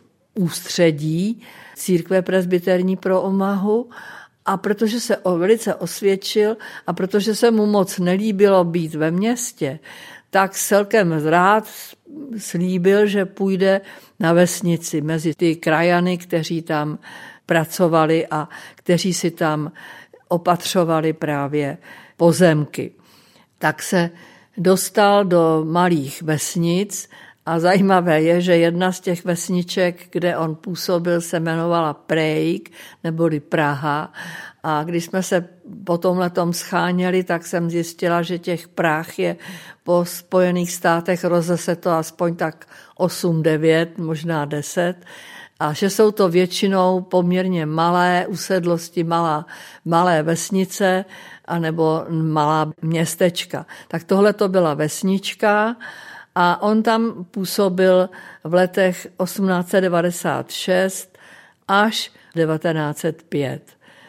ústředí církve presbyterní pro Omahu. A protože se velice osvědčil a protože se mu moc nelíbilo být ve městě, tak celkem rád slíbil, že půjde na vesnici mezi ty krajany, kteří tam pracovali a kteří si tam opatřovali právě pozemky. Tak se dostal do malých vesnic a zajímavé je, že jedna z těch vesniček, kde on působil, se jmenovala Prague, neboli Praha. A když jsme se po tomhletom scháněli, tak jsem zjistila, že těch Prah je po Spojených státech rozese to aspoň tak osm, devět, možná deset. A že jsou to většinou poměrně malé usedlosti, malá, malé vesnice anebo malá městečka. Tak tohle to byla vesnička a on tam působil v letech osmnáct set devadesát šest až devatenáct set pět.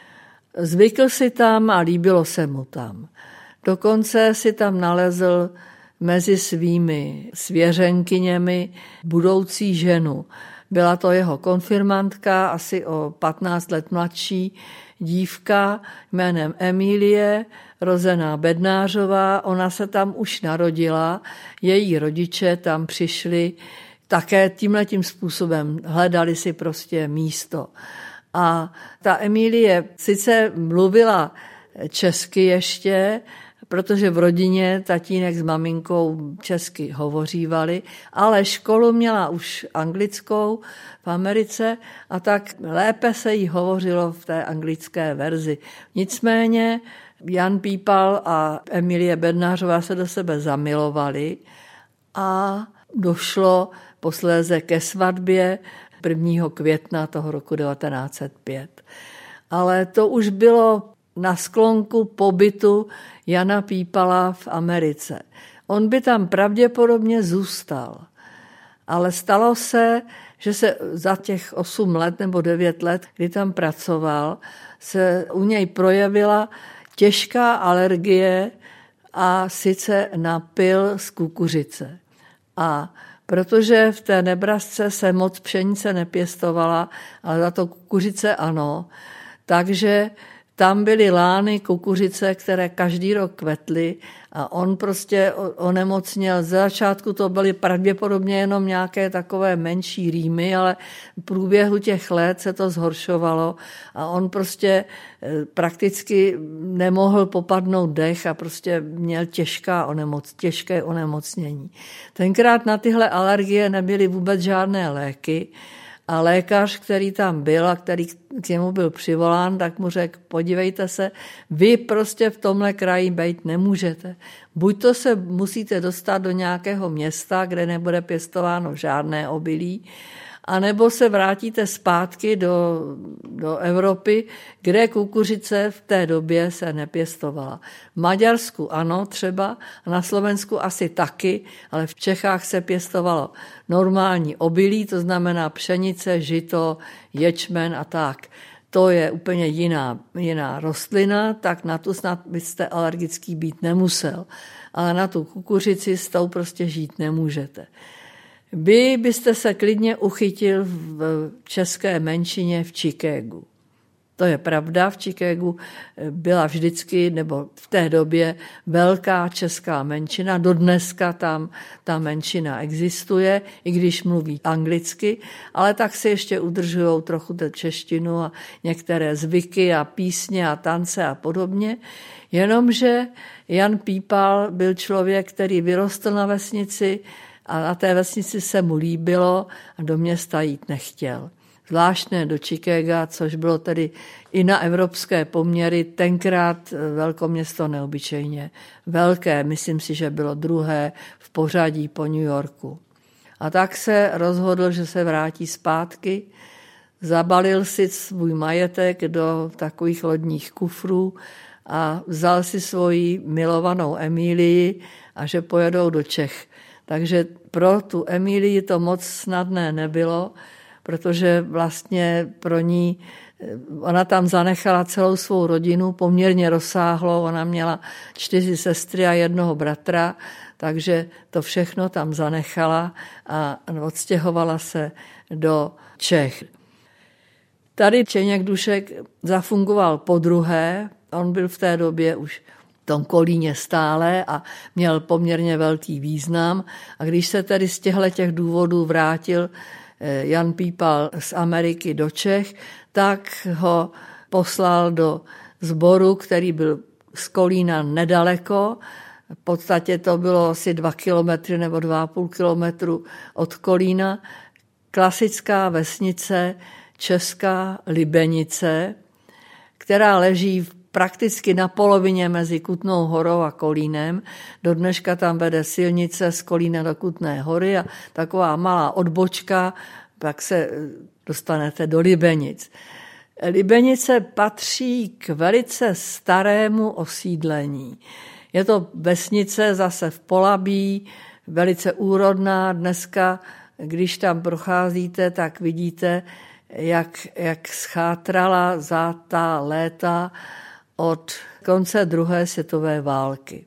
Zvykl si tam a líbilo se mu tam. Dokonce si tam nalezl mezi svými svěřenkyněmi budoucí ženu. Byla to jeho konfirmantka, asi o patnáct let mladší dívka jménem Emílie, rozená Bednářová. Ona se tam už narodila, její rodiče tam přišli také tímhletím způsobem, hledali si prostě místo. A ta Emílie sice mluvila česky ještě, protože v rodině tatínek s maminkou česky hovořívali, ale školu měla už anglickou v Americe a tak lépe se jí hovořilo v té anglické verzi. Nicméně Jan Pípal a Emílie Bednářová se do sebe zamilovali a došlo posléze ke svatbě prvního května toho roku devatenáct set pět. Ale to už bylo na sklonku pobytu Jana Pípala v Americe. On by tam pravděpodobně zůstal, ale stalo se, že se za těch osm let nebo devět let, kdy tam pracoval, se u něj projevila těžká alergie a sice na pyl z kukuřice. A protože v té Nebrasce se moc pšenice nepěstovala, ale za to kukuřice ano, takže tam byly lány kukuřice, které každý rok kvetly a on prostě onemocněl. Z začátku to byly pravděpodobně jenom nějaké takové menší rýmy, ale v průběhu těch let se to zhoršovalo a on prostě prakticky nemohl popadnout dech a prostě měl těžká onemoc, těžké onemocnění. Tenkrát na tyhle alergie nebyly vůbec žádné léky, a lékař, který tam byl a který k němu byl přivolán, tak mu řekl, podívejte se, vy prostě v tomhle kraji být nemůžete. Buď to se musíte dostat do nějakého města, kde nebude pěstováno žádné obilí, A nebo se vrátíte zpátky do, do Evropy, kde kukuřice v té době se nepěstovala. V Maďarsku ano třeba, na Slovensku asi taky, ale v Čechách se pěstovalo normální obilí, to znamená pšenice, žito, ječmen a tak. To je úplně jiná, jiná rostlina, tak na tu snad byste alergický být nemusel. Ale na tu kukuřici s tou prostě žít nemůžete. Vy byste se klidně uchytil v české menšině v Chicagu. To je pravda, v Chicagu byla vždycky, nebo v té době, velká česká menšina. Dodneska tam ta menšina existuje, i když mluví anglicky, ale tak si ještě udržují trochu tu češtinu a některé zvyky a písně a tance a podobně. Jenomže Jan Pípal byl člověk, který vyrostl na vesnici a na té vesnici se mu líbilo a do města jít nechtěl. Zvláštně do Chicaga, což bylo tedy i na evropské poměry tenkrát velkoměsto neobyčejně velké. Myslím si, že bylo druhé v pořadí po New Yorku. A tak se rozhodl, že se vrátí zpátky, zabalil si svůj majetek do takových lodních kufrů a vzal si svoji milovanou Emílii a že pojedou do Čech. Takže pro tu Emílii to moc snadné nebylo, protože vlastně pro ní, ona tam zanechala celou svou rodinu, poměrně rozsáhlou, ona měla čtyři sestry a jednoho bratra, takže to všechno tam zanechala a odstěhovala se do Čech. Tady Čeněk Dušek zafungoval podruhé, on byl v té době už v tom Kolíně stále a měl poměrně velký význam. A když se tedy z těchto těch důvodů vrátil Jan Pípal z Ameriky do Čech, tak ho poslal do sboru, který byl z Kolína nedaleko. V podstatě to bylo asi dva kilometry nebo dva a půl kilometru od Kolína. Klasická vesnice Česká Libenice, která leží v prakticky na polovině mezi Kutnou Horou a Kolínem. Do dneška tam vede silnice z Kolína do Kutné Hory a taková malá odbočka, pak se dostanete do Libenic. Libenice patří k velice starému osídlení. Je to vesnice zase v Polabí, velice úrodná. Dneska, když tam procházíte, tak vidíte, jak, jak schátrala za ta léta od konce druhé světové války.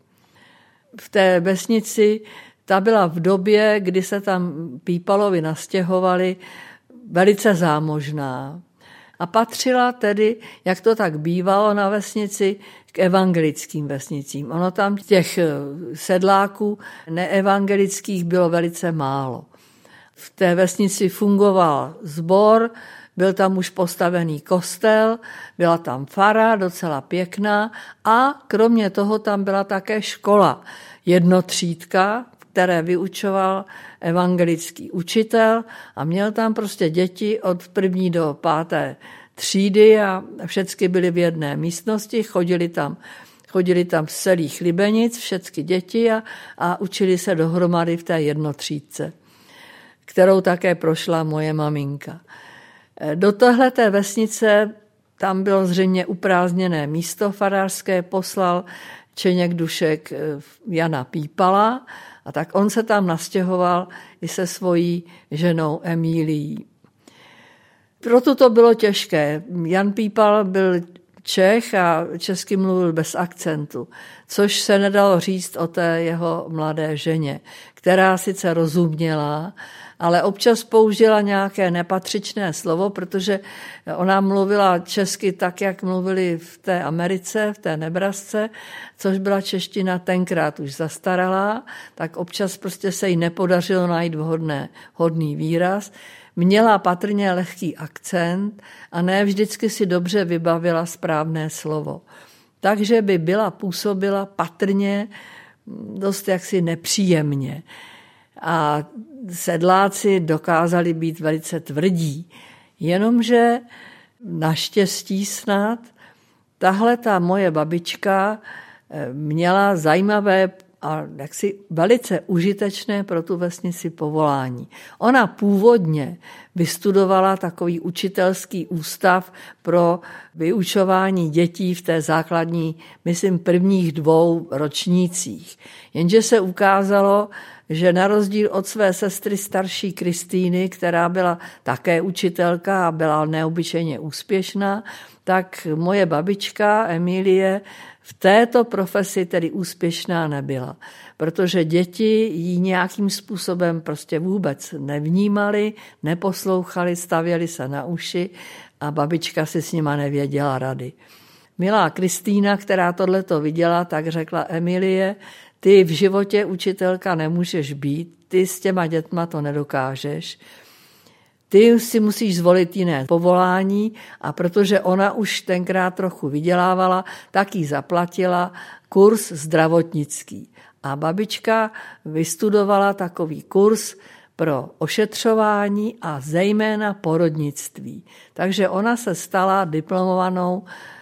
V té vesnici, ta byla v době, kdy se tam Pípalovi nastěhovali, velice zámožná. A patřila tedy, jak to tak bývalo na vesnici, k evangelickým vesnicím. Ono tam těch sedláků neevangelických bylo velice málo. V té vesnici fungoval sbor, byl tam už postavený kostel, byla tam fara, docela pěkná a kromě toho tam byla také škola, jednotřídka, které vyučoval evangelický učitel a měl tam prostě děti od první do páté třídy a všechny byly v jedné místnosti, chodili tam, chodili tam z celých Libenic, všechny děti a, a učili se dohromady v té jednotřídce, kterou také prošla moje maminka. Do téhleté vesnice tam bylo zřejmě uprázdněné místo farářské, poslal Čeněk Dušek Jana Pípala a tak on se tam nastěhoval i se svojí ženou Emílií. Proto to bylo těžké. Jan Pípal byl Čech a česky mluvil bez akcentu, což se nedalo říct o té jeho mladé ženě, která sice rozuměla, ale občas použila nějaké nepatřičné slovo, protože ona mluvila česky tak, jak mluvili v té Americe, v té Nebrasce, což byla čeština tenkrát už zastaralá, tak občas prostě se jí nepodařilo najít vhodné, vhodný výraz. Měla patrně lehký akcent a ne vždycky si dobře vybavila správné slovo. Takže by byla působila patrně dost jaksi nepříjemně. A sedláci dokázali být velice tvrdí. Jenomže naštěstí snad tahle ta moje babička měla zajímavé a jaksi velice užitečné pro tu vesnici povolání. Ona původně vystudovala takový učitelský ústav pro vyučování dětí v té základní, myslím, prvních dvou ročnících. Jenže se ukázalo, že na rozdíl od své sestry starší Kristýny, která byla také učitelka a byla neobyčejně úspěšná, tak moje babička Emilie v této profesi tedy úspěšná nebyla, protože děti ji nějakým způsobem prostě vůbec nevnímali, neposlouchali, stavěli se na uši a babička si s nima nevěděla rady. Milá Kristýna, která tohleto viděla, tak řekla: Emilie, ty v životě učitelka nemůžeš být, ty s těma dětma to nedokážeš. Ty si musíš zvolit jiné povolání a protože ona už tenkrát trochu vydělávala, tak jí zaplatila kurz zdravotnický. A babička vystudovala takový kurz pro ošetřování a zejména porodnictví. Takže ona se stala diplomovanou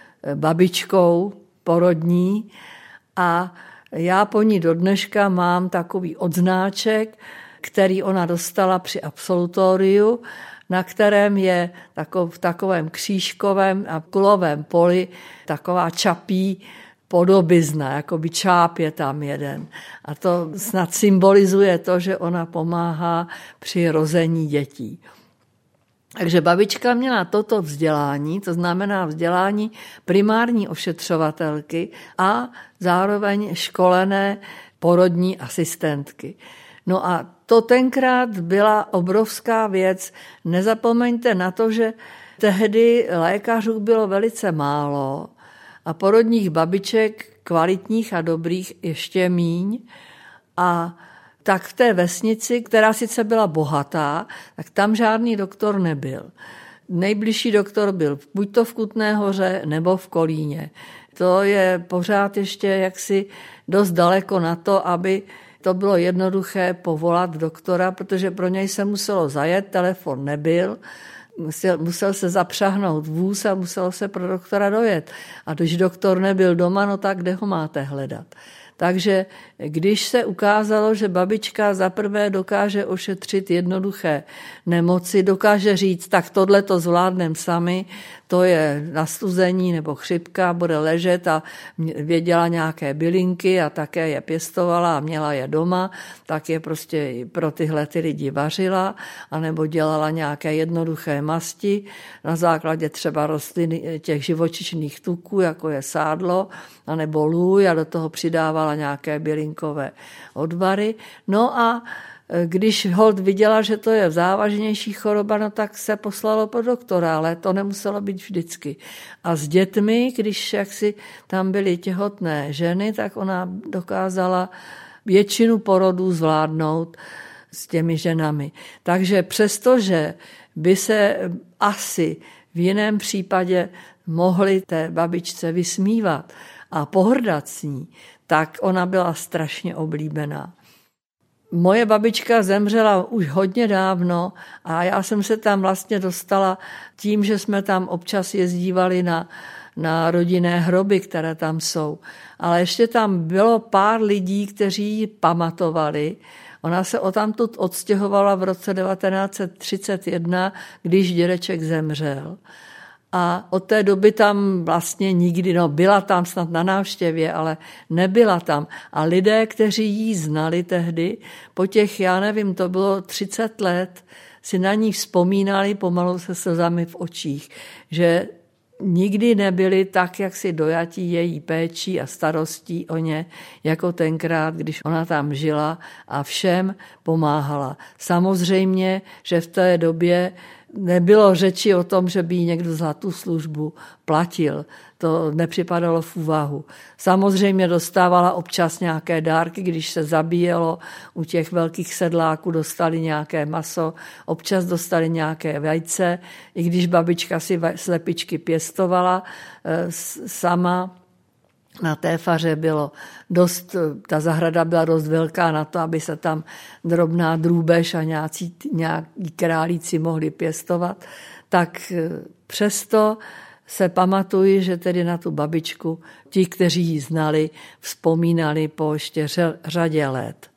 babičkou porodní a já po ní do dneška mám takový odznáček, který ona dostala při absolutoriu, na kterém je v takovém křížkovém a kulovém poli taková čapí podobizna, jakoby čáp je tam jeden. A to snad symbolizuje to, že ona pomáhá při rození dětí. Takže babička měla toto vzdělání, to znamená vzdělání primární ošetřovatelky a zároveň školené porodní asistentky. No a to tenkrát byla obrovská věc. Nezapomeňte na to, že tehdy lékařů bylo velice málo a porodních babiček kvalitních a dobrých ještě míň. A tak v té vesnici, která sice byla bohatá, tak tam žádný doktor nebyl. Nejbližší doktor byl buď to v Kutné Hoře nebo v Kolíně. To je pořád ještě jaksi dost daleko na to, aby to bylo jednoduché povolat doktora, protože pro něj se muselo zajet, telefon nebyl, musel, musel se zapřahnout vůz a muselo se pro doktora dojet. A když doktor nebyl doma, no tak kde ho máte hledat? Takže když se ukázalo, že babička zaprvé dokáže ošetřit jednoduché nemoci, dokáže říct, tak tohle to zvládnem sami, to je nastuzení nebo chřipka, bude ležet a věděla nějaké bylinky a také je pěstovala a měla je doma, tak je prostě pro tyhle ty lidi vařila anebo dělala nějaké jednoduché masti na základě třeba rostlin těch živočišných tuků, jako je sádlo anebo lůj a do toho přidávala nějaké bylinkové odvary. No a když holt viděla, že to je závažnější choroba, no tak se poslalo po doktora, ale to nemuselo být vždycky. A s dětmi, když jaksi tam byly těhotné ženy, tak ona dokázala většinu porodů zvládnout s těmi ženami. Takže přestože by se asi v jiném případě mohli té babičce vysmívat a pohrdat s ní, tak ona byla strašně oblíbená. Moje babička zemřela už hodně dávno a já jsem se tam vlastně dostala tím, že jsme tam občas jezdívali na, na rodinné hroby, které tam jsou. Ale ještě tam bylo pár lidí, kteří ji pamatovali. Ona se odtamtud odstěhovala v roce devatenáct set třicet jedna, když dědeček zemřel. A od té doby tam vlastně nikdy, no byla tam snad na návštěvě, ale nebyla tam. A lidé, kteří jí znali tehdy, po těch, já nevím, to bylo třicet let, si na ní vzpomínali pomalu se slzami v očích, že nikdy nebyli tak, jak si dojatí její péčí a starostí o ně, jako tenkrát, když ona tam žila a všem pomáhala. Samozřejmě, že v té době nebylo řeči o tom, že by jí někdo za tu službu platil. To nepřipadalo v úvahu. Samozřejmě dostávala občas nějaké dárky, když se zabíjelo u těch velkých sedláků, dostali nějaké maso, občas dostali nějaké vejce, i když babička si slepičky pěstovala sama. Na té faře bylo dost, ta zahrada byla dost velká na to, aby se tam drobná drůbež a nějací, nějaký králíci mohli pěstovat, tak přesto se pamatuji, že tedy na tu babičku ti, kteří ji znali, vzpomínali po ještě řadě let.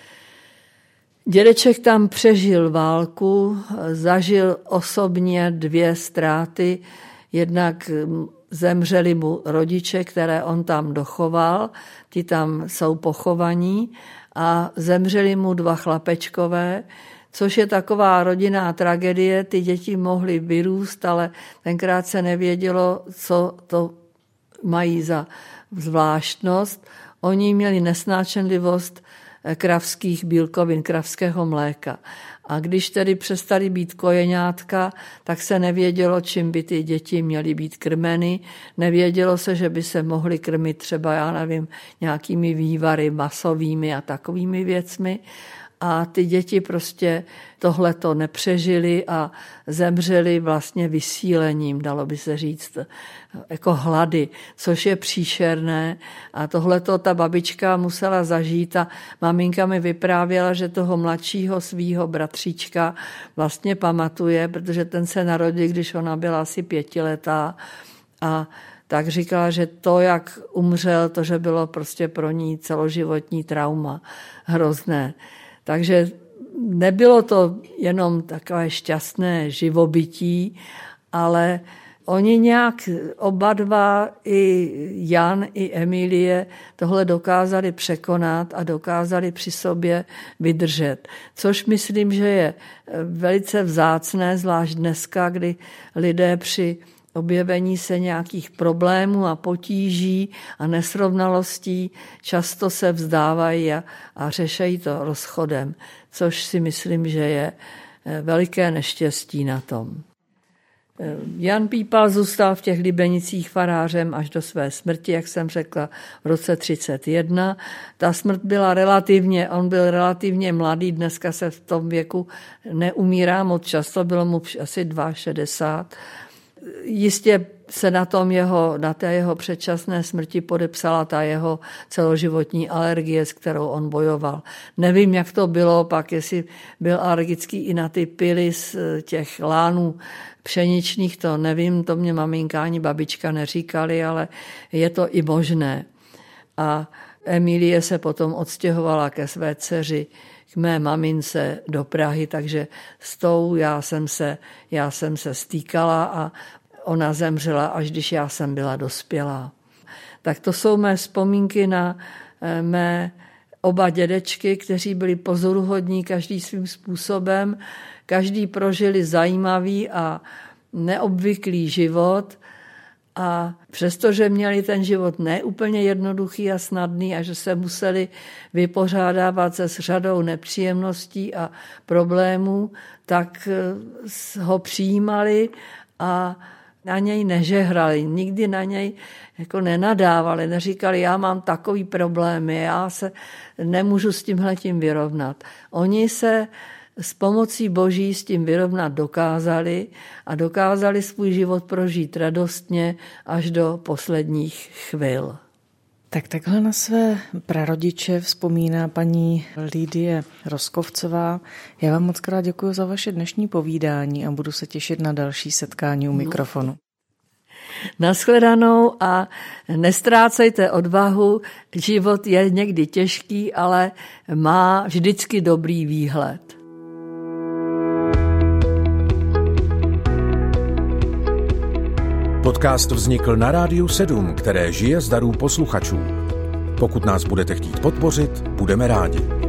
Dědeček tam přežil válku, zažil osobně dvě ztráty, jednak zemřeli mu rodiče, které on tam dochoval, ti tam jsou pochovaní, a zemřeli mu dva chlapečkové, což je taková rodinná tragédie. Ty děti mohly vyrůst, ale tenkrát se nevědělo, co to mají za zvláštnost. Oni měli nesnášenlivost kravských bílkovin, kravského mléka. A když tedy přestali být kojeňátka, tak se nevědělo, čím by ty děti měly být krmeny. Nevědělo se, že by se mohly krmit třeba, já nevím, nějakými vývary masovými a takovými věcmi. A ty děti prostě tohleto nepřežili a zemřeli vlastně vysílením, dalo by se říct, jako hlady, což je příšerné. A tohleto ta babička musela zažít a maminka mi vyprávěla, že toho mladšího svýho bratříčka vlastně pamatuje, protože ten se narodil, když ona byla asi pětiletá, a tak říkala, že to, jak umřel, to, že bylo prostě pro ní celoživotní trauma hrozné. Takže nebylo to jenom takové šťastné živobytí, ale oni nějak oba dva, i Jan, i Emilie, tohle dokázali překonat a dokázali při sobě vydržet. Což myslím, že je velice vzácné, zvlášť dneska, kdy lidé při objevení se nějakých problémů a potíží a nesrovnalostí často se vzdávají a, a řešejí to rozchodem, což si myslím, že je veliké neštěstí na tom. Jan Pípal zůstal v těch Libenicích farářem až do své smrti, jak jsem řekla, v roce třicet jedna. Ta smrt byla relativně, on byl relativně mladý, dneska se v tom věku neumírá moc často, bylo mu asi šedesát dva. Jistě se na tom jeho, na té jeho předčasné smrti podepsala ta jeho celoživotní alergie, s kterou on bojoval. Nevím, jak to bylo pak, jestli byl alergický i na ty pily z těch lánů pšeničných, to nevím, to mě maminka ani babička neříkali, ale je to i možné. A Emilie se potom odstěhovala ke své dceři, k mé mamince do Prahy, takže s tou já jsem se, já jsem se stýkala a ona zemřela, až když já jsem byla dospělá. Tak to jsou mé vzpomínky na mé oba dědečky, kteří byli pozoruhodní každý svým způsobem. Každý prožili zajímavý a neobvyklý život a přestože měli ten život neúplně jednoduchý a snadný a že se museli vypořádávat se s řadou nepříjemností a problémů, tak ho přijímali a na něj nežehrali, nikdy na něj jako nenadávali, neříkali, já mám takový problémy, já se nemůžu s tímhletím vyrovnat. Oni se s pomocí Boží s tím vyrovnat dokázali a dokázali svůj život prožít radostně až do posledních chvil. Tak takhle na své prarodiče vzpomíná paní Lidie Roskovcová. Já vám moc krát děkuji za vaše dnešní povídání a budu se těšit na další setkání u mikrofonu. Nashledanou a nestrácejte odvahu. Život je někdy těžký, ale má vždycky dobrý výhled. Podcast vznikl na Rádiu sedm, které žije z darů posluchačů. Pokud nás budete chtít podpořit, budeme rádi.